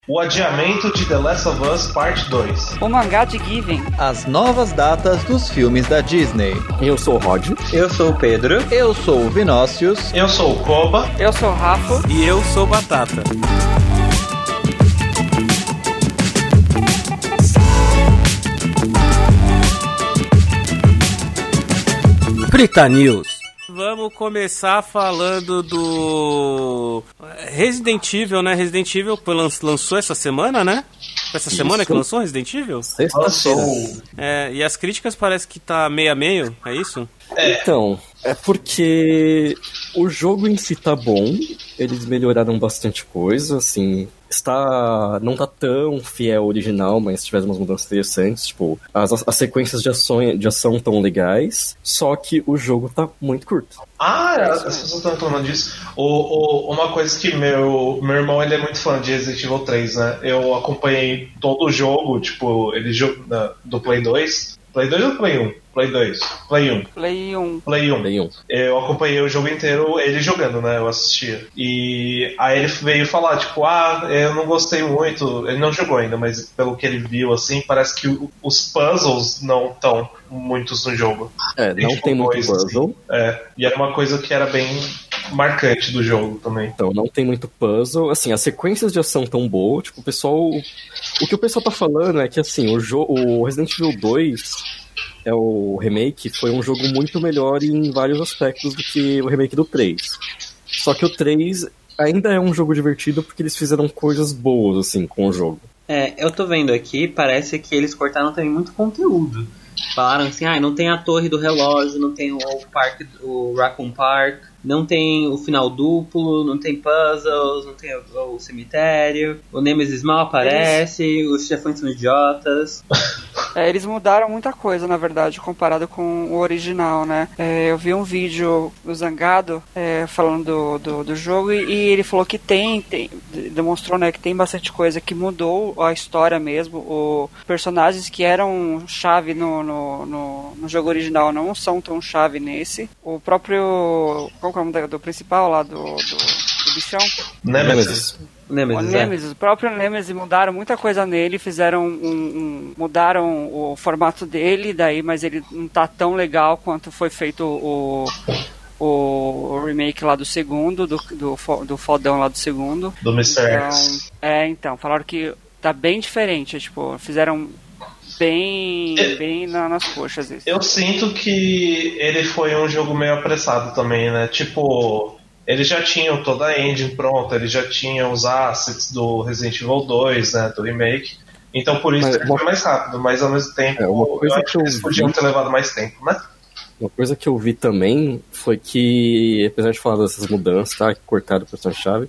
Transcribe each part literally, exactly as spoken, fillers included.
O adiamento de The Last of Us Parte dois. O mangá de Given. As novas datas dos filmes da Disney. Eu sou o Rod. Eu sou o Pedro. Eu sou o Vinócius. Eu sou o Koba. Eu sou o Rafa. E eu sou o Batata. Frita News. Vamos começar falando do Resident Evil, né? Resident Evil lançou essa semana, né? Foi essa Isso. semana que lançou Resident Evil? Sexta-feira. É, e as críticas parece que tá meio a meio, é isso? É. Então, é porque o jogo em si tá bom, eles melhoraram bastante coisa, assim, está, não tá tão fiel ao original, mas tiveram umas mudanças interessantes, tipo, as, as sequências de ação, de ação tão legais, só que o jogo tá muito curto. Ah, as pessoas estão falando disso. O, o, uma coisa que meu, meu irmão, ele é muito fã de Resident Evil três, né? Eu acompanhei todo o jogo, tipo, ele do Play dois. Play dois ou Play um? Play dois. Play um. Play um. Play um. Play um. Eu acompanhei o jogo inteiro, ele jogando, né? Eu assistia. E aí ele veio falar, tipo, ah, eu não gostei muito. Ele não jogou ainda, mas pelo que ele viu, assim, parece que os puzzles não estão muitos no jogo. É, não tem muito puzzle. Assim. É, e era uma coisa que era bem marcante do jogo também. Então, não tem muito puzzle. Assim, as sequências de ação tão boas. Tipo, o pessoal... O que o pessoal tá falando é que, assim, o, jo... o Resident Evil dois... É o remake, foi um jogo muito melhor em vários aspectos do que o remake do três. Só que o três ainda é um jogo divertido porque eles fizeram coisas boas, assim, com o jogo. É, eu tô vendo aqui, parece que eles cortaram também muito conteúdo. Falaram assim, ah, não tem a torre do relógio, não tem o parque, o Raccoon Park, não tem o final duplo, não tem puzzles, não tem o, o cemitério, o Nemesis mal aparece, eles... os chefões são idiotas. É, eles mudaram muita coisa, na verdade, comparado com o original, né? É, eu vi um vídeo do Zangado é, falando do, do, do jogo e, e ele falou que tem, tem, demonstrou, né, que tem bastante coisa que mudou a história mesmo. O personagens que eram chave no, no, no, no jogo original não são tão chave nesse. O próprio... Qual é o nome do principal lá, do, do, do bichão? Nemesis. Nemesis, o Nemesis, é. O próprio Nemesis, mudaram muita coisa nele, fizeram um, um, mudaram o formato dele, daí, mas ele não tá tão legal quanto foi feito o, o, o remake lá do segundo, do, do, do fodão lá do segundo. Do mister Então, X. é, então, falaram que tá bem diferente, tipo, fizeram bem, eu, bem na, nas coxas isso. Eu sinto que ele foi um jogo meio apressado também, né, tipo... Eles já tinham toda a engine pronta, eles já tinham os assets do Resident Evil dois, né, do remake. Então por isso mas, foi mais rápido, mas ao mesmo tempo é, uma coisa eu acho que, que eles vi, podiam ter levado mais tempo, né? Uma coisa que eu vi também foi que, apesar de falar dessas mudanças, tá, que cortaram o personagem-chave,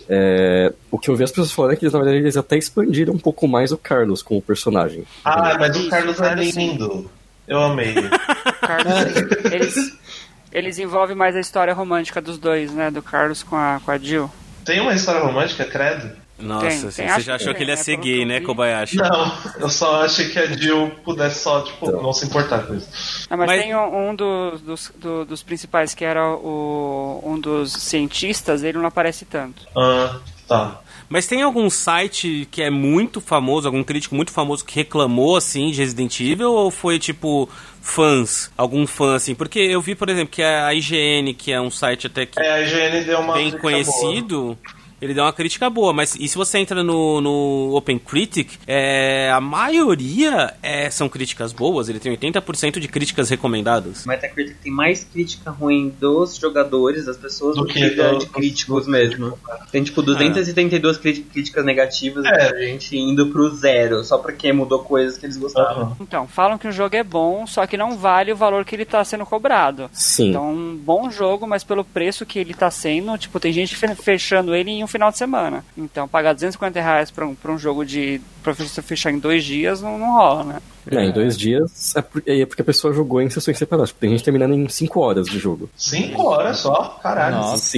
é, o que eu vi as pessoas falando é que eles, na verdade, eles até expandiram um pouco mais o Carlos como personagem. Ah, mas o Carlos é lindo. Eu amei. Carlos, eles... Eles envolvem mais a história romântica dos dois, né? Do Carlos com a, com a Jill. Tem uma história romântica, credo? Nossa, tem, você tem, já achou que, que ele ia é, ser gay, né, Kobayashi? Não, eu só achei que a Jill pudesse só, tipo, então. não se importar com isso. Ah, mas, mas tem um, um dos, dos, do, dos principais, que era o, um dos cientistas, ele não aparece tanto. Ah, tá. Mas tem algum site que é muito famoso, algum crítico muito famoso que reclamou, assim, de Resident Evil? Ou foi, tipo, fãs? Algum fã, assim? Porque eu vi, por exemplo, que a I G N, que é um site até que é, a I G N deu uma bem conhecido... Boa. Ele deu uma crítica boa, mas e se você entra no, no OpenCritic, é, a maioria é, são críticas boas, ele tem oitenta por cento de críticas recomendadas. O Metacritic tem mais crítica ruim dos jogadores, das pessoas, do, do que de críticos do... mesmo. Tem tipo duzentas e trinta e duas é. críticas negativas é. e a gente indo pro zero, só porque mudou coisas que eles gostavam. Então, falam que o jogo é bom, só que não vale o valor que ele tá sendo cobrado. Sim. Então, um bom jogo, mas pelo preço que ele tá sendo, tipo, tem gente fechando ele em um final de semana. Então, pagar duzentos e cinquenta reais pra um, pra um jogo de professor fechar em dois dias não, não rola, né? Não, em dois dias é, por, é porque a pessoa jogou em sessões separadas. Tem gente terminando em cinco horas de jogo. Cinco horas só? Caralho. Nossa. Sim.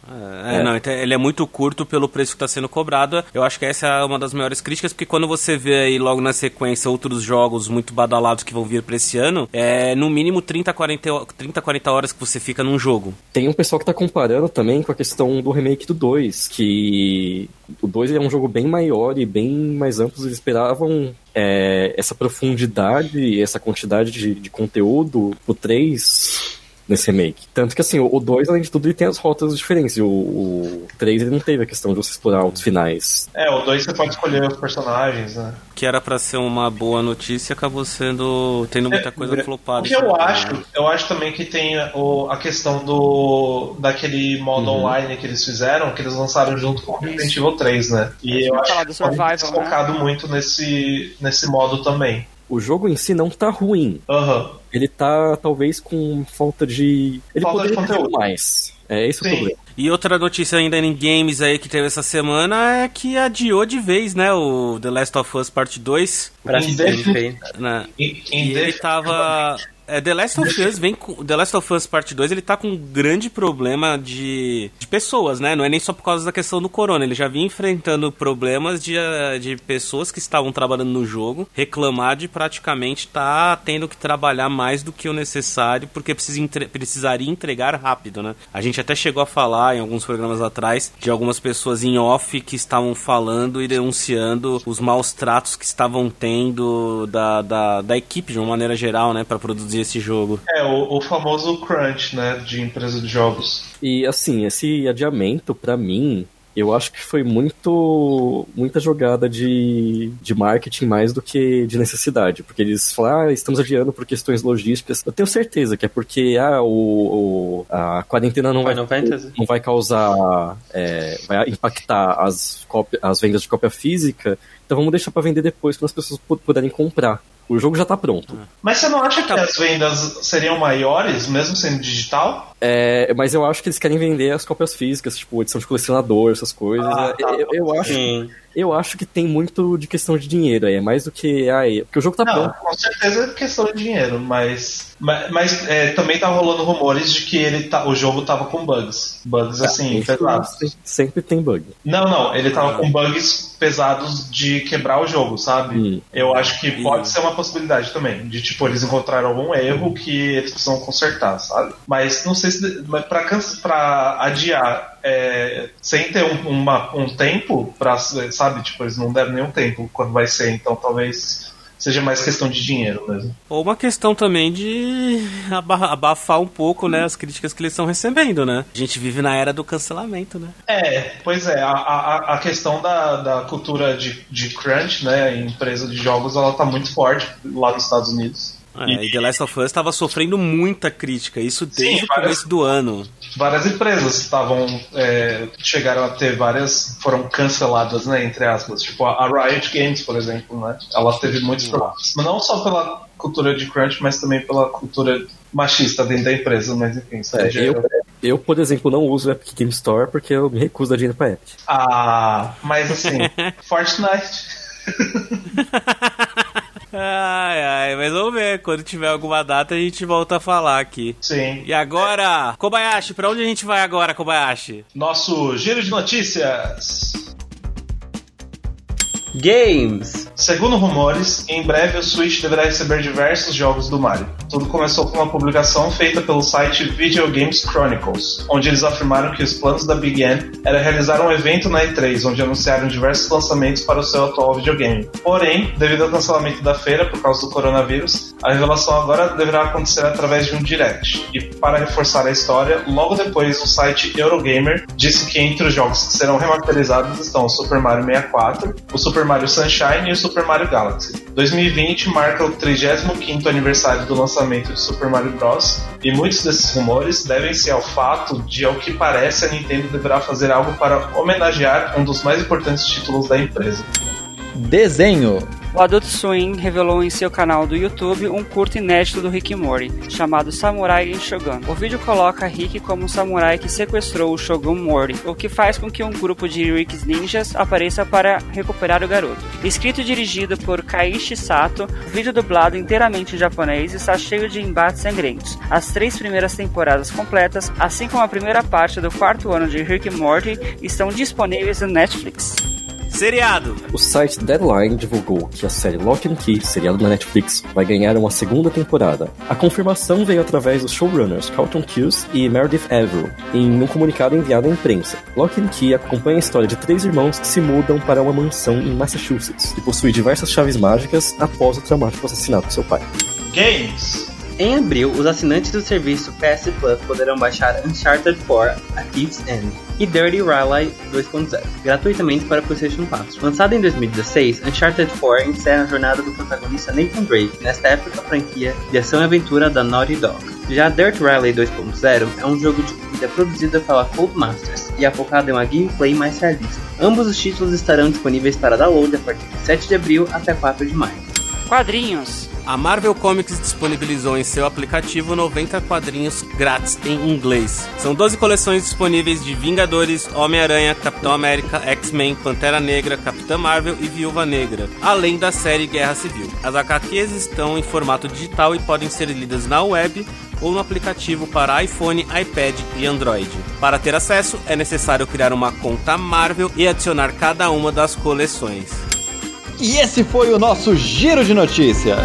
É, é. Não, então ele é muito curto pelo preço que está sendo cobrado. Eu acho que essa é uma das maiores críticas, porque quando você vê aí logo na sequência outros jogos muito badalados que vão vir para esse ano, é no mínimo trinta, quarenta horas que você fica num jogo. Tem um pessoal que tá comparando também com a questão do remake do dois, que o dois é um jogo bem maior e bem mais amplo. Eles esperavam é, essa profundidade e essa quantidade de, de conteúdo pro três nesse remake. Tanto que, assim, o dois, além de tudo, ele tem as rotas diferentes. E o, o três, ele não teve a questão de você explorar outros finais. É, o dois você pode escolher os personagens, né? Que era pra ser uma boa notícia, acabou sendo... tendo muita coisa é, flopada. O que eu acho, eu acho também que tem o, a questão do daquele modo uhum. online que eles fizeram, que eles lançaram junto com o Resident Evil três, né? E eu, eu acho que eles têm focado né? muito nesse, nesse modo também. O jogo em si não tá ruim. Uhum. Ele tá, talvez, com falta de... Ele falta poderia de conteúdo. ter mais. É esse Sim. o problema. E outra notícia ainda em games aí que teve essa semana é que adiou de vez, né, o The Last of Us Part dois. Pra sempre. Né? E, e ele tava... É, The Last of Us vem com, The Last of Us Part dois, ele tá com um grande problema de, de pessoas, né? Não é nem só por causa da questão do corona. Ele já vinha enfrentando problemas de, de pessoas que estavam trabalhando no jogo reclamar de praticamente tá tendo que trabalhar mais do que o necessário porque precisa entre, precisaria entregar rápido, né? A gente até chegou a falar em alguns programas atrás de algumas pessoas em off que estavam falando e denunciando os maus tratos que estavam tendo da, da, da equipe de uma maneira geral, né? Pra produzir esse jogo. É, o, o famoso crunch, né, de empresa de jogos. E assim, esse adiamento, pra mim, eu acho que foi muito muita jogada de, de marketing mais do que de necessidade, porque eles falaram, ah, estamos adiando por questões logísticas. Eu tenho certeza que é porque ah, o, o, a quarentena não vai, não vai, não vai causar, é, vai impactar as, cópia, as vendas de cópia física, então vamos deixar pra vender depois, quando as pessoas puderem comprar. O jogo já tá pronto. Mas você não acha que as vendas seriam maiores, mesmo sendo digital? É, mas eu acho que eles querem vender as cópias físicas, tipo, edição de colecionador, essas coisas. Ah, tá, eu, eu, acho, eu acho que tem muito de questão de dinheiro aí, é mais do que... Aí, porque o jogo tá não, pronto. Com certeza é questão de dinheiro, mas... Mas, mas é, também tá rolando rumores de que ele tá, o jogo tava com bugs. Bugs, assim, ah, pesados. Sempre tem bug. Não, não, ele tava com bugs pesados de quebrar o jogo, sabe? Hum. Eu acho que pode hum. ser uma possibilidade também, de tipo, eles encontraram algum erro que eles precisam consertar, sabe? Mas não sei se... Pra, pra adiar... É, sem ter um, uma, um tempo pra, sabe, tipo, eles não deram nenhum tempo quando vai ser, então talvez seja mais questão de dinheiro mesmo. Ou uma questão também de abafar um pouco, né, as críticas que eles estão recebendo, né? A gente vive na era do cancelamento, né? É, pois é, a, a, a questão da, da cultura de, de crunch, né, em empresa de jogos, ela tá muito forte lá nos Estados Unidos. É, e The Last of Us estava sofrendo muita crítica, isso desde Sim, o várias, começo do ano. Várias empresas estavam é, chegaram a ter várias, foram canceladas, né, entre aspas, tipo a Riot Games, por exemplo, né, ela teve muitos problemas, não só pela cultura de crunch, mas também pela cultura machista dentro da empresa, mas enfim. É, eu, eu, por exemplo, não uso o Epic Game Store porque eu me recuso a dar dinheiro pra Epic. Ah, mas assim, Fortnite... Ai, ai, mas vamos ver. Quando tiver alguma data, a gente volta a falar aqui. Sim. E agora, Kobayashi, pra onde a gente vai agora, Kobayashi? Nosso giro de notícias. Games. Segundo rumores, em breve o Switch deverá receber diversos jogos do Mario. Tudo começou com uma publicação feita pelo site Video Games Chronicles, onde eles afirmaram que os planos da Big N era realizar um evento na E três, onde anunciaram diversos lançamentos para o seu atual videogame. Porém, devido ao cancelamento da feira por causa do coronavírus, a revelação agora deverá acontecer através de um direct. E para reforçar a história, logo depois o site Eurogamer disse que entre os jogos que serão remasterizados estão o Super Mario sessenta e quatro, o Super Mario Sunshine e o Super Mario Galaxy. dois mil e vinte marca o trigésimo quinto aniversário do lançamento de Super Mario Bros. E muitos desses rumores devem-se ao fato de, ao que parece, a Nintendo deverá fazer algo para homenagear um dos mais importantes títulos da empresa. Desenho. O Adult Swim revelou em seu canal do YouTube um curto inédito do Rick e Morty, chamado Samurai and Shogun. O vídeo coloca Rick como um samurai que sequestrou o Shogun Morty, o que faz com que um grupo de Rick's ninjas apareça para recuperar o garoto. Escrito e dirigido por Kaiichi Sato, o vídeo dublado inteiramente em japonês está cheio de embates sangrentos. As três primeiras temporadas completas, assim como a primeira parte do quarto ano de Rick e Morty, estão disponíveis no Netflix. Seriado. O site Deadline divulgou que a série Lock and Key, seriado da Netflix, vai ganhar uma segunda temporada. A confirmação veio através dos showrunners Carlton Cuse e Meredith Averill, em um comunicado enviado à imprensa. Lock and Key acompanha a história de três irmãos que se mudam para uma mansão em Massachusetts e possui diversas chaves mágicas após o traumático assassinato do seu pai. Games. Em abril, os assinantes do serviço P S Plus poderão baixar Uncharted quatro: A Thief's End e Dirty Rally dois ponto zero, gratuitamente para PlayStation quatro. Lançado em dois mil e dezesseis, Uncharted quatro encerra a jornada do protagonista Nathan Drake nesta épica franquia de ação e aventura da Naughty Dog. Já Dirt Rally dois ponto zero é um jogo de corrida produzido pela Codemasters e é focado em uma gameplay mais realista. Ambos os títulos estarão disponíveis para download a partir de sete de abril até quatro de maio. Quadrinhos. A Marvel Comics disponibilizou em seu aplicativo noventa quadrinhos grátis em inglês. São doze coleções disponíveis de Vingadores, Homem-Aranha, Capitão América, X-Men, Pantera Negra, Capitã Marvel e Viúva Negra, além da série Guerra Civil. As H Qs estão em formato digital e podem ser lidas na web ou no aplicativo para iPhone, iPad e Android. Para ter acesso, é necessário criar uma conta Marvel e adicionar cada uma das coleções. E esse foi o nosso Giro de Notícias.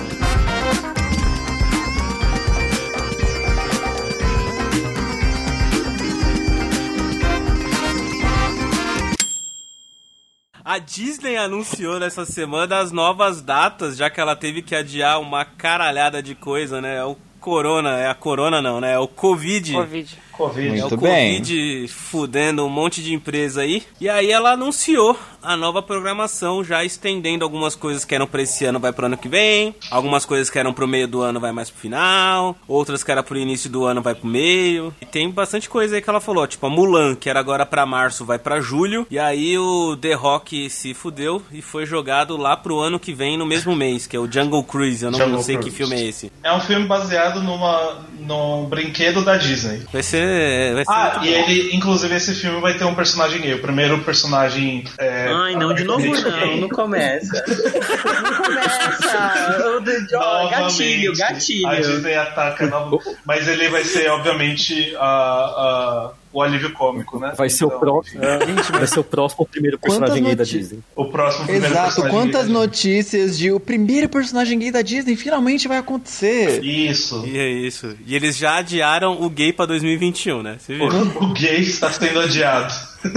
A Disney anunciou nessa semana as novas datas, já que ela teve que adiar uma caralhada de coisa, né? É o Corona, é a Corona não, né? É o Covid. Covid. Covid. É o Muito bem. Covid fudendo um monte de empresa aí. E aí ela anunciou a nova programação, já estendendo algumas coisas que eram pra esse ano, vai pro ano que vem. Algumas coisas que eram pro meio do ano, vai mais pro final. Outras que era pro início do ano, vai pro meio. E tem bastante coisa aí que ela falou. Tipo, a Mulan, que era agora pra março, vai pra julho. E aí o The Rock se fudeu e foi jogado lá pro ano que vem, no mesmo mês, que é o Jungle Cruise. Eu não, Jungle não sei Cruise. que filme é esse. É um filme baseado numa, num brinquedo da Disney. Vai ser... Vai ser Ah, muito e bom. ele, inclusive, esse filme vai ter um personagem gay. O primeiro personagem. É, Ai, não, de novo não, não começa. Não começa. O The Joy, gatilho, Novamente, A gatilho. Disney ataca. no- Mas ele vai ser, obviamente, a, a, o alívio cômico, né? Vai ser o Então, próximo. Vai ser o próximo primeiro personagem gay da noti- Disney. O próximo primeiro Exato, personagem quantas gay da notícias de o primeiro personagem gay da Disney finalmente vai acontecer. Disney. Isso. E é isso. E eles já adiaram o gay pra dois mil e vinte e um, né? Você viu? O, o gay está sendo adiado.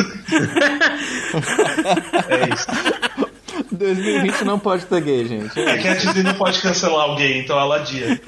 É isso. dois mil e vinte não pode ter gay, gente. É que a Disney não pode cancelar o gay, então ela adia.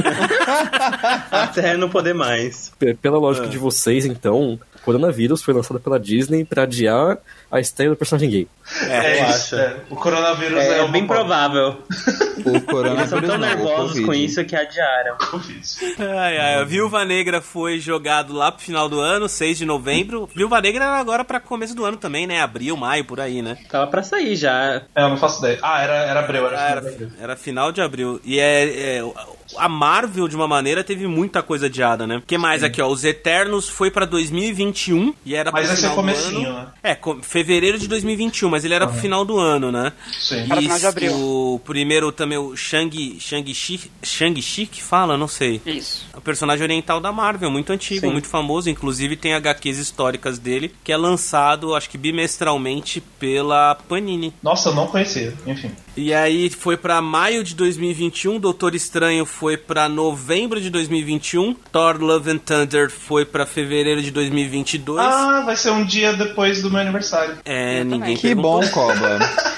Até não poder mais. P- Pela lógica de vocês, então, Coronavírus foi lançado pela Disney pra adiar a estreia do personagem gay. É, eu isso. acho. É. O coronavírus é, É uma bem bola. provável. O Eles coronavírus são tão não, o nervosos Covid. com isso que adiaram. Covid. Ai, ai, a Viúva Negra foi jogado lá pro final do ano, seis de novembro. Viúva Negra era agora pra começo do ano também, né? Abril, maio, por aí, né? Tava pra sair já. É, eu não faço ideia. Ah, era, era abril, era, Ah, final de era, abril. era final de abril. E é, é, a Marvel, de uma maneira, teve muita coisa adiada, né? O que mais aqui, ó? Os Eternos foi pra dois mil e vinte e um e era Mas pro vai ser final do comecinho, ano. né? É, com- fevereiro de dois mil e vinte e um, mas ele era pro final do ano, né? Sim. Era final de abril. O primeiro também, o Shang, Shang-Chi, Shang-Chi que fala? Não sei. Isso. É o personagem oriental da Marvel, muito antigo, Sim. muito famoso. Inclusive tem H Qs históricas dele, que é lançado, acho que bimestralmente, pela Panini. Nossa, eu não conhecia. Enfim. E aí foi pra maio de dois mil e vinte e um, Doutor Estranho foi pra novembro de dois mil e vinte e um, Thor Love and Thunder foi pra fevereiro de dois mil e vinte e dois. Ah, vai ser um dia depois do meu aniversário. É, Eu ninguém Que perguntou. bom, Cobra.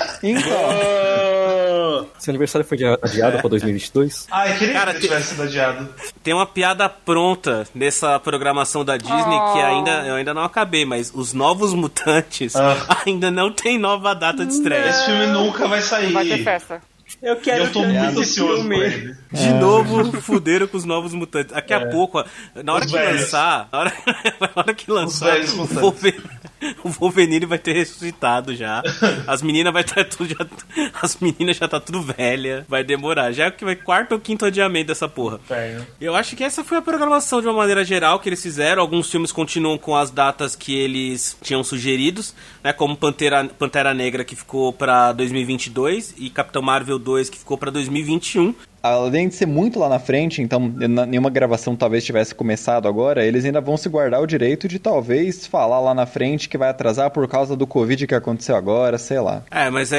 Então, Seu aniversário foi dia- adiado pra dois mil e vinte e dois? Ah, eu queria Cara, que tem- tivesse sido adiado. Tem uma piada pronta nessa programação da Disney Oh. que ainda, eu ainda não acabei, mas os Novos Mutantes Ah. ainda não tem nova data de estreia. Esse filme nunca vai sair. Vai ter festa. Eu E quero eu tô ver muito esse ansioso filme. por ele. De novo, fuderam com os Novos Mutantes. Daqui a pouco, ó, na hora Os que velhos. lançar, na hora, na hora que lançar, velhos mutantes. Wolver- O Wolverine vai ter ressuscitado já. As meninas vai estar tudo já, as meninas já tá tudo velha. Vai demorar. Já é que vai quarto ou quinto adiamento dessa porra. É. Eu acho que essa foi a programação de uma maneira geral que eles fizeram. Alguns filmes continuam com as datas que eles tinham sugeridos, né? Como Pantera, Pantera Negra, que ficou pra dois mil e vinte e dois, e Capitão Marvel dois, que ficou pra dois mil e vinte e um. Além de ser muito lá na frente, então nenhuma gravação talvez tivesse começado agora, eles ainda vão se guardar o direito de talvez falar lá na frente que vai atrasar por causa do Covid que aconteceu agora, sei lá. É, mas é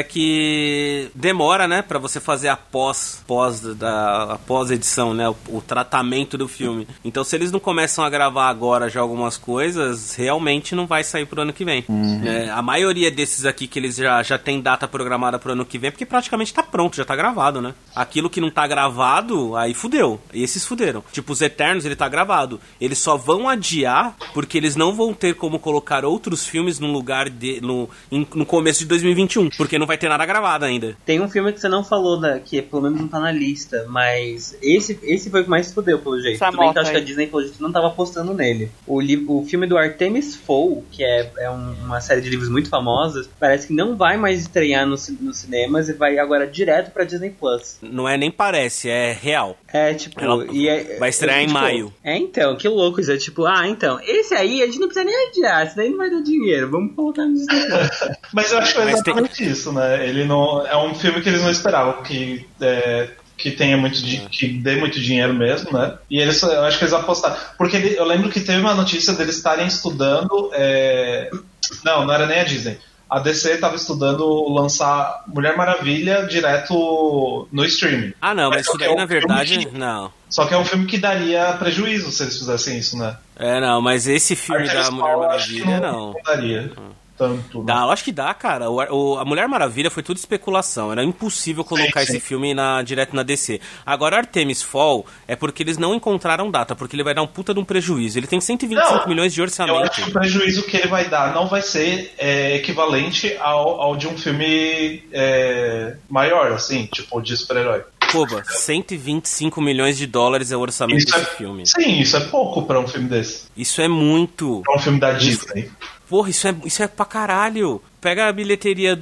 que demora, né, pra você fazer a pós, pós da a pós-edição, né, o, o tratamento do filme. Então, se eles não começam a gravar agora já algumas coisas, realmente não vai sair pro ano que vem. Uhum. É, a maioria desses aqui que eles já, já tem data programada pro ano que vem, porque praticamente tá pronto, já tá gravado, né? Aquilo que não tá gravado, aí fudeu. E esses fuderam. Tipo, os Eternos, ele tá gravado. Eles só vão adiar porque eles não vão ter como colocar outros filmes no lugar de... No, em, no começo de dois mil e vinte e um. Porque não vai ter nada gravado ainda. Tem um filme que você não falou, da, que pelo menos não tá na lista, mas esse, esse foi o que mais fudeu, pelo jeito. Essa Tudo bem que eu acho aí. que a Disney, pelo jeito, não tava apostando nele. O, li, o filme do Artemis Fowl, que é, é um, uma série de livros muito famosa, parece que não vai mais estrear nos no cinemas e vai agora direto pra Disney Plus. Não é nem parece. É real. É, tipo... Ela e é, vai estrear é, em tipo, maio. É, então, que louco isso. É tipo, ah, então, esse aí a gente não precisa nem adiar, esse daí não vai dar dinheiro, vamos colocar no Disney Plus. Mas eu acho que é Mas exatamente tem... isso, né? Ele não... É um filme que eles não esperavam que... É... que tenha muito di- que dê muito dinheiro mesmo, né? E eles, eu acho que eles apostaram. Porque ele, eu lembro que teve uma notícia deles estarem estudando. É... Não, não era nem a Disney. A D C estava estudando lançar Mulher Maravilha direto no streaming. Ah, não, mas, mas isso daí, é um na verdade, que... não. Só que é um filme que daria prejuízo se eles fizessem isso, né? É, não, mas esse filme Artemis da Mulher Fowl, Maravilha, não. não. Não daria. Tanto, né? Dá, eu acho que dá, cara. O, o, a Mulher Maravilha foi tudo especulação. Era impossível colocar sim, sim. esse filme na, direto na D C. Agora, Artemis Fowl é porque eles não encontraram data, porque ele vai dar um puta de um prejuízo. Ele tem cento e vinte e cinco não, milhões de orçamento. Eu acho que o prejuízo que ele vai dar não vai ser é, equivalente ao, ao de um filme é, maior, assim, tipo de super-herói. Koba, cento e vinte e cinco milhões de dólares é o orçamento isso desse é, filme. Sim, isso é pouco pra um filme desse. Isso é muito. Pra um filme da Disney. Porra, isso é, isso é pra caralho. Pega a bilheteria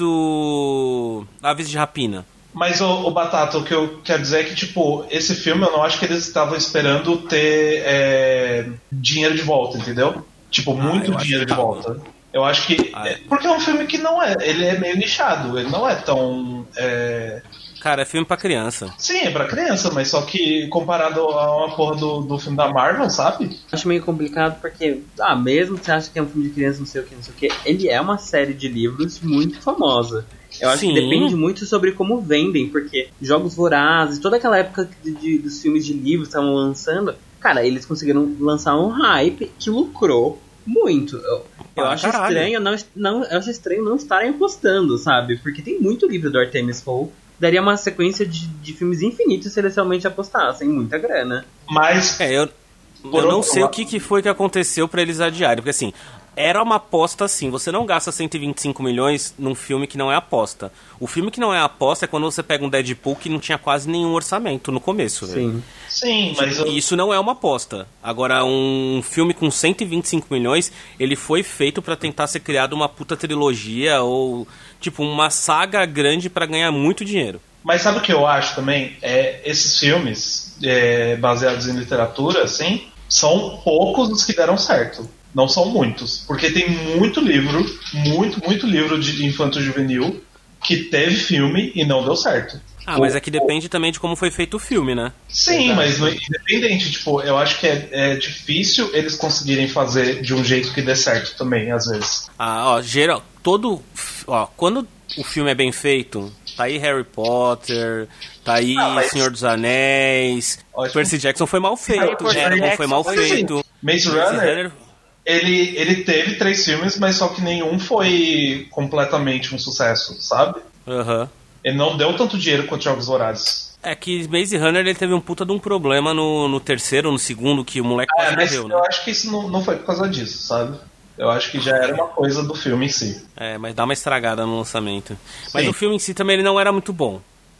do Aves de Rapina. Mas, o, o Batata, o que eu quero dizer é que, tipo, esse filme eu não acho que eles estavam esperando ter é, dinheiro de volta, entendeu? Tipo, muito ah, dinheiro de volta. Eu acho que... Ah, é. Porque é um filme que não é... Ele é meio nichado, ele não é tão... É... Cara, é filme pra criança. Sim, é pra criança, mas só que comparado a uma porra do, do filme da Marvel, sabe? Acho meio complicado porque, ah, mesmo que você acha que é um filme de criança, não sei o que, não sei o que, ele é uma série de livros muito famosa. Eu acho Sim. que depende muito sobre como vendem, porque Jogos Vorazes, toda aquela época de, de, dos filmes de livros que estavam lançando, cara, eles conseguiram lançar um hype que lucrou muito. Eu, eu acho caralho. estranho não, não, eu acho estranho não estarem apostando, sabe? Porque tem muito livro do Artemis Fowl. Daria uma sequência de, de filmes infinitos se eles realmente apostassem muita grana. Mas... É, eu, eu não sei o que, que foi que aconteceu pra eles adiarem. Porque assim, era uma aposta assim. Você não gasta cento e vinte e cinco milhões num filme que não é aposta. O filme que não é aposta é quando você pega um Deadpool que não tinha quase nenhum orçamento no começo. Sim. Véio. Sim, mas... Eu... Isso não é uma aposta. Agora, um filme com cento e vinte e cinco milhões, ele foi feito pra tentar ser criado uma puta trilogia ou... Tipo, uma saga grande pra ganhar muito dinheiro. Mas sabe o que eu acho também? É, esses filmes é, baseados em literatura, assim, são poucos os que deram certo. Não são muitos. Porque tem muito livro, muito, muito livro de infanto-juvenil que teve filme e não deu certo. Ah, mas é que depende também de como foi feito o filme, né? Sim, Exato. Mas independente, tipo, eu acho que é, é difícil eles conseguirem fazer de um jeito que dê certo também, às vezes. Ah, ó, geral, todo... Ó, quando o filme é bem feito, tá aí Harry Potter, tá aí ah, mas... Senhor dos Anéis, Ótimo. Percy Jackson foi mal feito, Eragon foi mal feito. Maze Runner... Ele, ele teve três filmes, mas só que nenhum foi completamente um sucesso, sabe? Aham. Uhum. Ele não deu tanto dinheiro quanto Jogos Vorazes. É que Maze Runner ele teve um puta de um problema no, no terceiro, no segundo, que o moleque é, quase mas morreu, né? Eu acho que isso não, não foi por causa disso, sabe? Eu acho que já era uma coisa do filme em si. É, mas dá uma estragada no lançamento. Mas Sim. o filme em si também ele não era muito bom.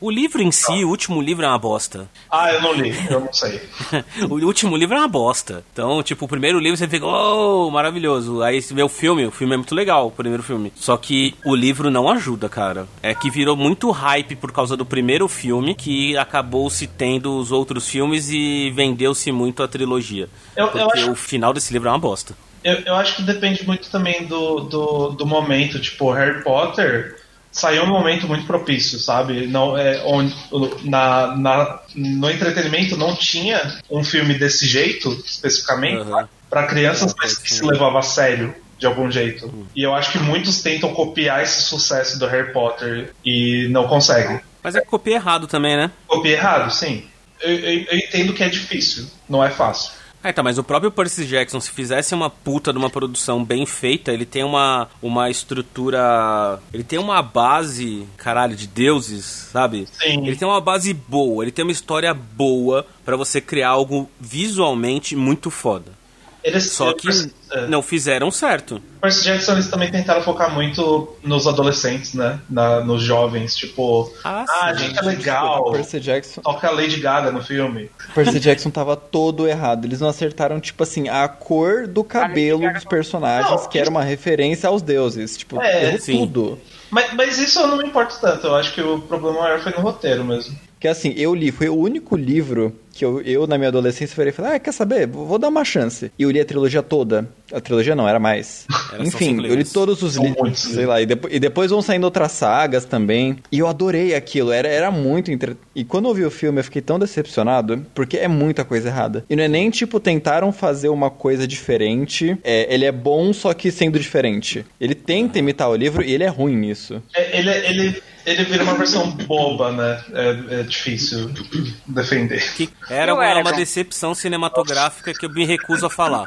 O livro em si, o último livro é uma bosta. Ah, eu não li, eu não sei. O último livro é uma bosta. Então, tipo, o primeiro livro você fica, oh, maravilhoso. Aí você vê o filme, o filme é muito legal, o primeiro filme. Só que o livro não ajuda, cara. É que virou muito hype por causa do primeiro filme, que acabou se tendo os outros filmes e vendeu-se muito a trilogia. Eu, porque eu acho... o final desse livro é uma bosta. Eu, eu acho que depende muito também do, do, do momento. Tipo, Harry Potter... Saiu um momento muito propício, sabe? Não, é, onde, na, na, no entretenimento não tinha um filme desse jeito, especificamente, uhum. para crianças, mas que se levava a sério, de algum jeito. Uhum. E eu acho que muitos tentam copiar esse sucesso do Harry Potter e não conseguem. Mas é que copia errado também, né? Copia errado, sim. Eu, eu, eu entendo que é difícil, não é fácil. Ah, tá, mas o próprio Percy Jackson, se fizesse uma puta de uma produção bem feita, ele tem uma, uma estrutura... Ele tem uma base, caralho, de deuses, sabe? Sim. Ele tem uma base boa, ele tem uma história boa pra você criar algo visualmente muito foda. Eles, Só que é. não fizeram certo. Percy Jackson, eles também tentaram focar muito nos adolescentes, né? Na, nos jovens, tipo... Ah, ah a gente é legal. Percy Jackson... Toca a Lady Gaga no filme. Percy Jackson tava todo errado. Eles não acertaram, tipo assim, a cor do cabelo dos personagens, não, que era uma referência aos deuses. Tipo, é, errou tudo. Mas, mas isso eu não me importo tanto. Eu acho que o problema maior foi no roteiro mesmo. Que assim, eu li, foi o único livro que eu, eu na minha adolescência, falei, ah, quer saber? Vou dar uma chance. E eu li a trilogia toda. A trilogia não, era mais. Era Enfim, eu li todos os livros, sei lá, e, depois, e depois vão saindo outras sagas também. E eu adorei aquilo, era, era muito... Entre... E quando eu vi o filme, eu fiquei tão decepcionado, porque é muita coisa errada. E não é nem, tipo, tentaram fazer uma coisa diferente. É, ele é bom, só que sendo diferente. Ele tenta imitar o livro e ele é ruim nisso. É, ele... ele... Ele vira uma versão boba, né? É, é difícil defender. Que era uma, uma decepção cinematográfica que eu me recuso a falar.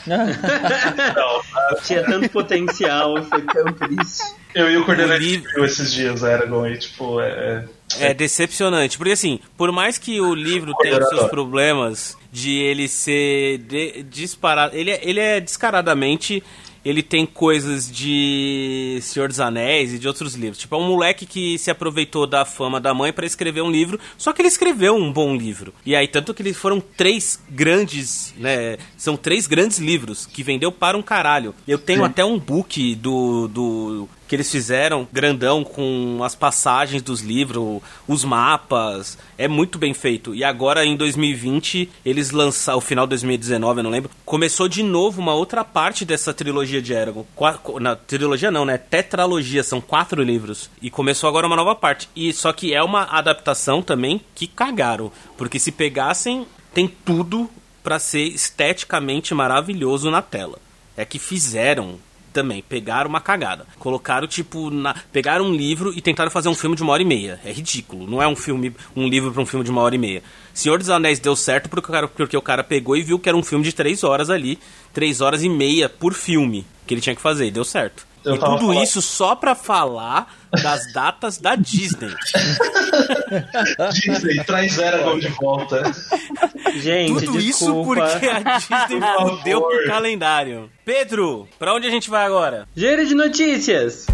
Não, tinha tanto potencial, foi tão triste. Eu e o Cordeiro livro... viu esses dias Eragon e, tipo, é... É decepcionante, porque assim, por mais que o livro tenha os seus problemas de ele ser de, disparado... Ele é, ele é descaradamente... Ele tem coisas de Senhor dos Anéis e de outros livros. Tipo, é um moleque que se aproveitou da fama da mãe pra escrever um livro, só que ele escreveu um bom livro. E aí, tanto que eles foram três grandes, né? São três grandes livros que vendeu para um caralho. Eu tenho Sim. até um book do... do que eles fizeram, grandão, com as passagens dos livros, os mapas, é muito bem feito. E agora, em dois mil e vinte, eles lançaram, o final de dois mil e dezenove, eu não lembro, começou de novo uma outra parte dessa trilogia de Eragon. Qu- na trilogia não, né? Tetralogia, são quatro livros. E começou agora uma nova parte. E só que é uma adaptação também que cagaram. Porque se pegassem, tem tudo pra ser esteticamente maravilhoso na tela. É que fizeram... também, pegaram uma cagada. Colocaram, tipo, na... pegaram um livro e tentaram fazer um filme de uma hora e meia. É ridículo. Não é um filme, um livro pra um filme de uma hora e meia. Senhor dos Anéis deu certo porque o cara, porque o cara pegou e viu que era um filme de três horas ali. Três horas e meia por filme que ele tinha que fazer. E deu certo. Eu e tudo falando... isso só pra falar das datas da Disney. Disney, traz Eragon de volta. Gente, tudo desculpa. isso porque a Disney fudeu pro calendário. Pedro, pra onde a gente vai agora? Giro de notícias.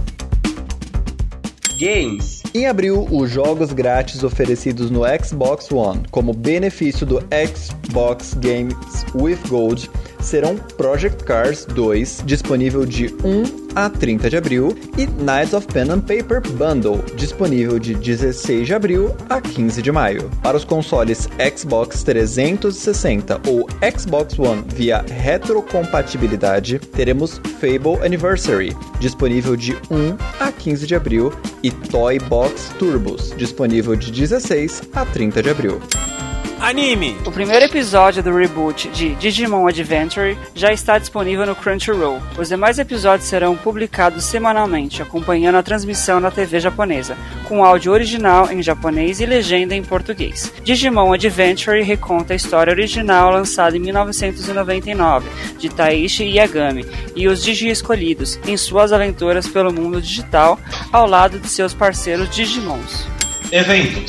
Games. Em abril, os jogos grátis oferecidos no Xbox One como benefício do Xbox Games with Gold serão Project Cars dois, disponível de primeiro a trinta de abril, e Knights of Pen and Paper Bundle, disponível de dezesseis de abril a quinze de maio. Para os consoles Xbox trezentos e sessenta ou Xbox One via retrocompatibilidade, teremos Fable Anniversary, disponível de primeiro a quinze de abril, e Toy Box Turbos, disponível de dezesseis a trinta de abril. Anime! O primeiro episódio do reboot de Digimon Adventure já está disponível no Crunchyroll. Os demais episódios serão publicados semanalmente, acompanhando a transmissão na T V japonesa, com áudio original em japonês e legenda em português. Digimon Adventure reconta a história original lançada em mil novecentos e noventa e nove, de Taishi Yagami, e os Digi escolhidos em suas aventuras pelo mundo digital, ao lado de seus parceiros Digimons. Eventos.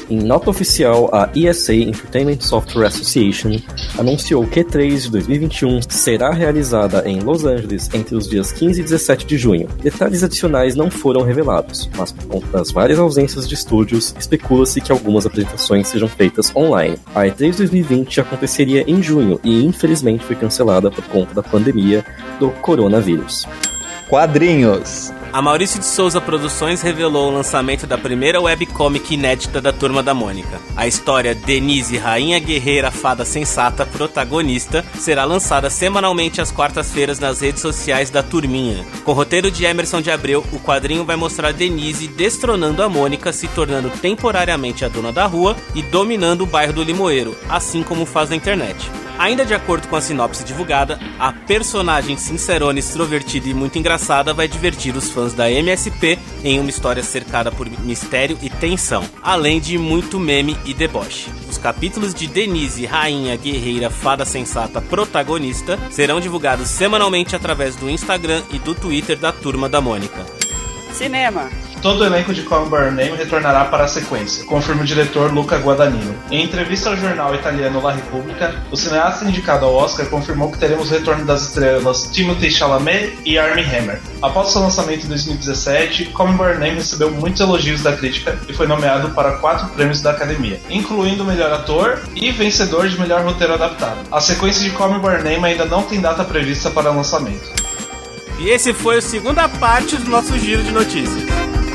Em nota oficial, a E S A Entertainment Software Association anunciou que E três de dois mil e vinte e um será realizada em Los Angeles entre os dias quinze e dezessete de junho. Detalhes adicionais não foram revelados, mas por conta das várias ausências de estúdios, especula-se que algumas apresentações sejam feitas online. A E três dois mil e vinte aconteceria em junho e infelizmente foi cancelada por conta da pandemia do coronavírus. Quadrinhos. A Maurício de Souza Produções revelou o lançamento da primeira webcomic inédita da Turma da Mônica. A história Denise, Rainha Guerreira Fada Sensata, protagonista, será lançada semanalmente às quartas-feiras nas redes sociais da Turminha. Com roteiro de Emerson de Abreu, o quadrinho vai mostrar Denise destronando a Mônica, se tornando temporariamente a dona da rua e dominando o bairro do Limoeiro, assim como faz na internet. Ainda de acordo com a sinopse divulgada, a personagem sincerona, extrovertida e muito engraçada vai divertir os fãs da M S P em uma história cercada por mistério e tensão, além de muito meme e deboche. Os capítulos de Denise, Rainha, Guerreira, Fada Sensata, Protagonista serão divulgados semanalmente através do Instagram e do Twitter da Turma da Mônica. Cinema. Todo o elenco de Call Me By Your Name retornará para a sequência, confirma o diretor Luca Guadagnino. Em entrevista ao jornal italiano La Repubblica, o cineasta indicado ao Oscar confirmou que teremos o retorno das estrelas Timothée Chalamet e Armie Hammer. Após seu lançamento em dois mil e dezessete, Call Me By Your Name recebeu muitos elogios da crítica e foi nomeado para quatro prêmios da Academia, incluindo o melhor ator e vencedor de melhor roteiro adaptado. A sequência de Call Me By Your Name ainda não tem data prevista para lançamento. E esse foi a segunda parte do nosso giro de notícias.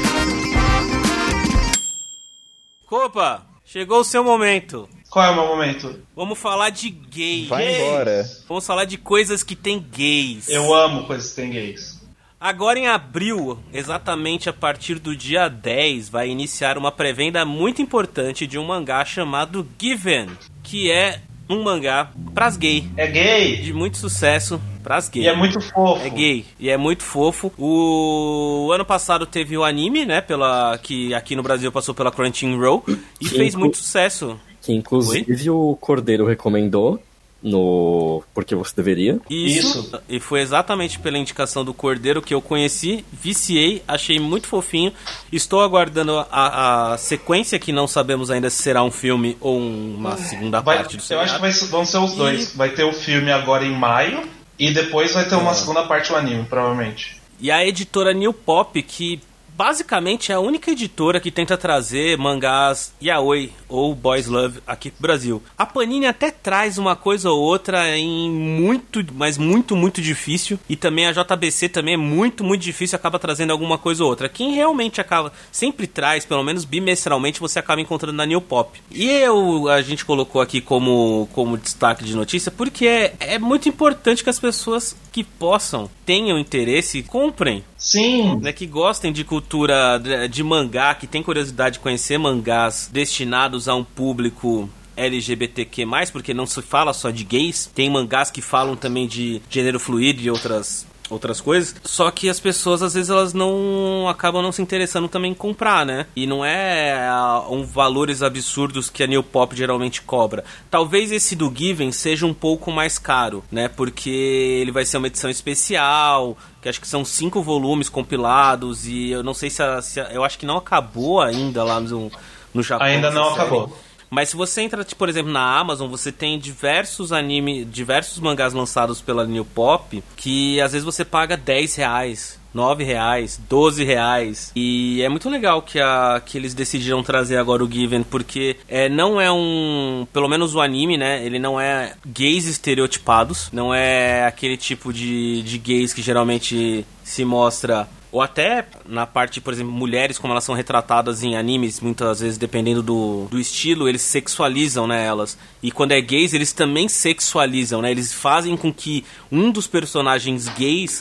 Copa, chegou o seu momento. Qual é o meu momento? Vamos falar de gays. Vai embora. Vamos falar de coisas que tem gays. Eu amo coisas que tem gays. Agora em abril, exatamente a partir do dia dez, vai iniciar uma pré-venda muito importante de um mangá chamado Given, que é um mangá pras gays. É gay? De muito sucesso pras gays. E é muito fofo. É gay. E é muito fofo. O ano passado teve o anime, né? Pela... Que aqui no Brasil passou pela Crunchyroll. E Que fez inclu... muito sucesso. Que inclusive Oi? O Cordeiro recomendou no Porque Você Deveria. Isso. Isso. E foi exatamente pela indicação do Cordeiro que eu conheci, viciei, achei muito fofinho. Estou aguardando a, a sequência, que não sabemos ainda se será um filme ou uma segunda vai, parte do Eu seriado. acho que vai, vão ser os dois. E... Vai ter o filme agora em maio e depois vai ter uma é. segunda parte do anime, provavelmente. E a editora New Pop, que basicamente é a única editora que tenta trazer mangás yaoi ou boys love aqui pro Brasil. A Panini até traz uma coisa ou outra em muito, mas muito, muito difícil. E também a J B C também é muito, muito difícil, acaba trazendo alguma coisa ou outra. Quem realmente acaba, sempre traz, pelo menos bimestralmente, você acaba encontrando na New Pop. E eu, a gente colocou aqui como, como destaque de notícia, porque é, é muito importante que as pessoas que possam, tenham interesse, comprem. Sim. Né, que gostem de cultura de, de mangá, que tem curiosidade de conhecer mangás destinados a um público L G B T Q mais, porque não se fala só de gays. Tem mangás que falam também de gênero fluido e outras... outras coisas, só que as pessoas às vezes elas não acabam não se interessando também em comprar, né? E não é uh, um valores absurdos que a New Pop geralmente cobra. Talvez esse do Given seja um pouco mais caro, né? Porque ele vai ser uma edição especial, que acho que são cinco volumes compilados, e eu não sei se, a, se a, eu acho que não acabou ainda lá no, no Japão. Ainda não série. acabou. Mas se você entra, tipo, por exemplo, na Amazon, você tem diversos anime, diversos mangás lançados pela New Pop, que às vezes você paga dez reais, nove reais, doze reais. E é muito legal que, a, que eles decidiram trazer agora o Given, porque é, não é um... Pelo menos o anime, né? Ele não é gays estereotipados, não é aquele tipo de, de gays que geralmente se mostra... Ou até na parte, por exemplo, mulheres, como elas são retratadas em animes, muitas vezes, dependendo do, do estilo, eles sexualizam, né, elas. E quando é gays, eles também sexualizam, né? Eles fazem com que um dos personagens gays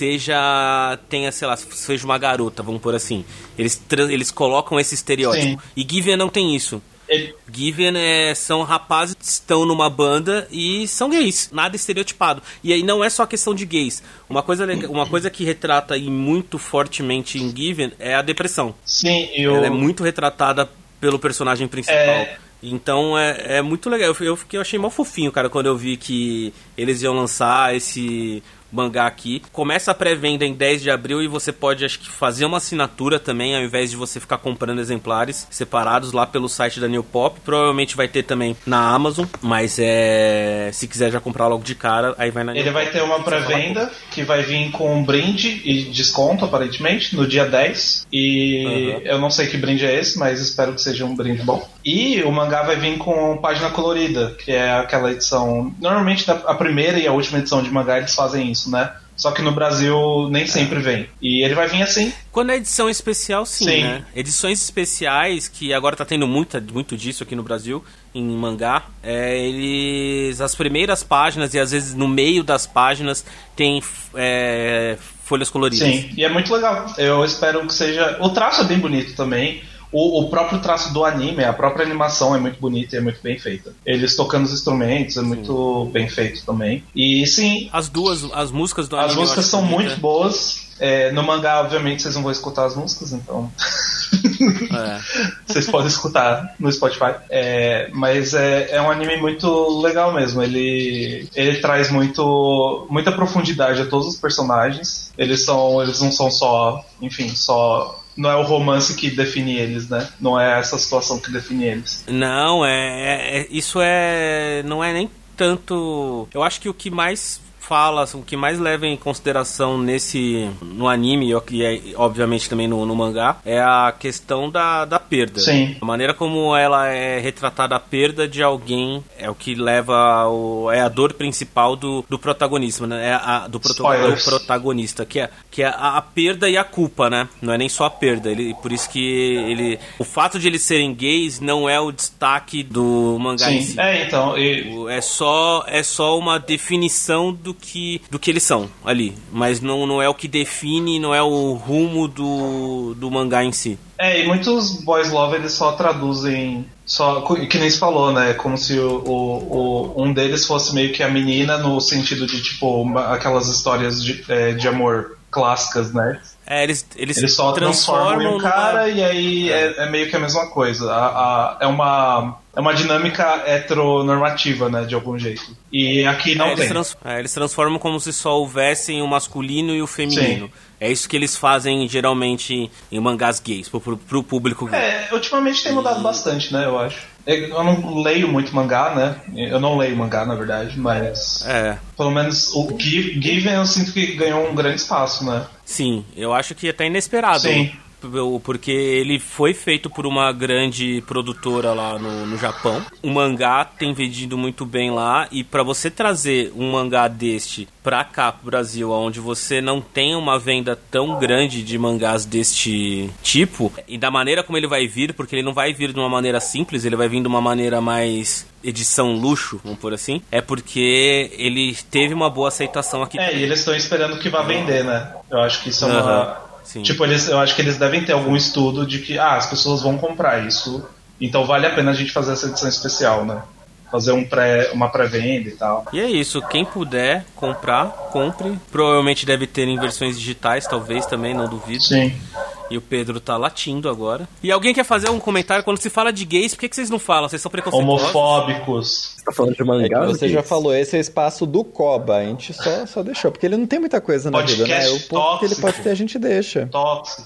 seja, tenha, sei lá, seja uma garota, vamos por assim. Eles, eles colocam esse estereótipo. Sim. E Given não tem isso. Ele... Given é, são rapazes que estão numa banda e são gays, nada estereotipado. E aí não é só questão de gays. Uma coisa, uma coisa que retrata e muito fortemente em Given é a depressão. Sim, eu... Ela é muito retratada pelo personagem principal. É... Então é, é muito legal. Eu, eu, eu achei mó fofinho, cara, quando eu vi que eles iam lançar esse mangá aqui. Começa a pré-venda em dez de abril e você pode, acho que, fazer uma assinatura também, ao invés de você ficar comprando exemplares separados lá pelo site da New Pop. Provavelmente vai ter também na Amazon, mas é... se quiser já comprar logo de cara, aí vai na New Ele Pop. vai ter uma pré-venda que vai vir com um brinde e desconto, aparentemente, no dia dez. E uhum. eu não sei que brinde é esse, mas espero que seja um brinde bom. E o mangá vai vir com página colorida, que é aquela edição... Normalmente a primeira e a última edição de mangá eles fazem isso, né? Só que no Brasil nem sempre vem. E ele vai vir assim. Quando é edição especial, sim, sim. né? Edições especiais, que agora tá tendo muita, muito disso aqui no Brasil, em mangá, é, eles... As primeiras páginas e às vezes no meio das páginas tem é, folhas coloridas. Sim, e é muito legal. Eu espero que seja... O traço é bem bonito também. O, o próprio traço do anime, a própria animação é muito bonita e é muito bem feita. Eles tocando os instrumentos é muito sim. bem feito também. E sim... As duas, as músicas do anime... As músicas são bonita. muito boas. É, no mangá, obviamente, vocês não vão escutar as músicas, então... É. Vocês podem escutar no Spotify. É, mas é, é um anime muito legal mesmo. Ele, ele traz muito, muita profundidade a todos os personagens. Eles, são, eles não são só... Enfim, só... Não é o romance que define eles, né? Não é essa situação que define eles. Não, é, é isso é... Não é nem tanto... Eu acho que o que mais fala, o que mais leva em consideração nesse... No anime, e é, obviamente também no, no mangá, é a questão da, da perda. Sim. A maneira como ela é retratada, a perda de alguém é o que leva... O, é a dor principal do, do protagonista, né? É a, do, proto, do protagonista, que é, que é a, a perda e a culpa, né? Não é nem só a perda. Ele, por isso que ele... O fato de eles serem gays não é o destaque do mangá Sim. em si. É, então... E... É, só, é só uma definição do que, do que eles são ali. Mas não, não é o que define, não é o rumo do, do mangá em si. É, e muitos boys love eles só traduzem, só, que nem se falou, né? Como se o, o, o, um deles fosse meio que a menina, no sentido de, tipo, uma, aquelas histórias de, é, de amor clássicas, né? É, eles, eles, eles só transformam, transformam em um cara numa... e aí é. É, é meio que a mesma coisa. A, a, é, uma, é uma dinâmica heteronormativa, né? De algum jeito. E aqui não é, tem. Eles, trans, é, eles transformam como se só houvessem o masculino e o feminino. Sim. É isso que eles fazem geralmente em mangás gays, pro, pro, pro público gay. É, ultimamente tem mudado e... bastante, né? Eu acho. Eu não leio muito mangá, né? Eu não leio mangá, na verdade, mas... É. Pelo menos o Given eu sinto que ganhou um grande espaço, né? Sim, eu acho que até inesperado. Sim. Porque ele foi feito por uma grande produtora lá no, no Japão. O mangá tem vendido muito bem lá. E pra você trazer um mangá deste pra cá, pro Brasil, onde você não tem uma venda tão grande de mangás deste tipo, e da maneira como ele vai vir, porque ele não vai vir de uma maneira simples, ele vai vir de uma maneira mais edição luxo, vamos por assim, é porque ele teve uma boa aceitação aqui. É, e eles estão esperando que vá vender, né? Eu acho que isso é uma... Uhum. Sim. Tipo, eles, eu acho que eles devem ter algum estudo de que ah, as pessoas vão comprar isso, então vale a pena a gente fazer essa edição especial, né? Fazer um pré, uma pré-venda e tal. E é isso, quem puder comprar, compre. Provavelmente deve ter em versões digitais, talvez também, não duvido. Sim. E o Pedro tá latindo agora. E alguém quer fazer um comentário? Quando se fala de gays, por que, que vocês não falam? Vocês são preconceituosos? Homofóbicos. Você tá falando de mangá? É você já falou, esse é o espaço do Koba. A gente só, só deixou, porque ele não tem muita coisa na Podcast vida, né? O pouco que ele pode ter, a gente deixa. Tóxico.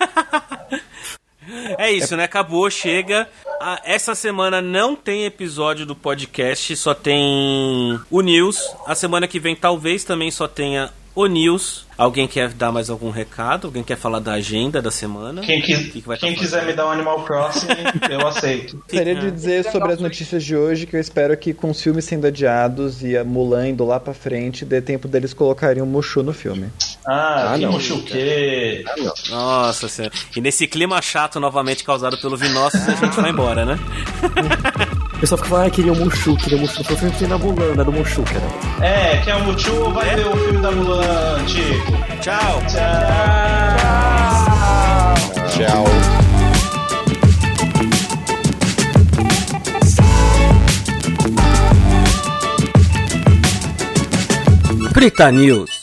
É isso, né? Acabou, chega. Ah, essa semana não tem episódio do podcast, só tem o News. A semana que vem talvez também só tenha o News. Alguém quer dar mais algum recado? Alguém quer falar da agenda da semana? Quem, quis, que que quem quiser me dar um Animal Crossing, eu aceito. Gostaria de dizer sobre as notícias de hoje que eu espero que com os filmes sendo adiados e a Mulan indo lá pra frente, dê tempo deles colocarem o Mushu no filme. Ah, ah que Mushu o quê? Ah, não. Nossa senhora. E nesse clima chato novamente causado pelo Vinossos, a gente vai embora, né? O pessoal fica falando, ah, queria o Mushu, queria o Mushu. Eu falei, tem na Mulan, é do Mushu, cara. É, quer o Mushu, vai é? ver o filme da Mulan, Chico. Tchau. Tchau. Tchau. Prita News.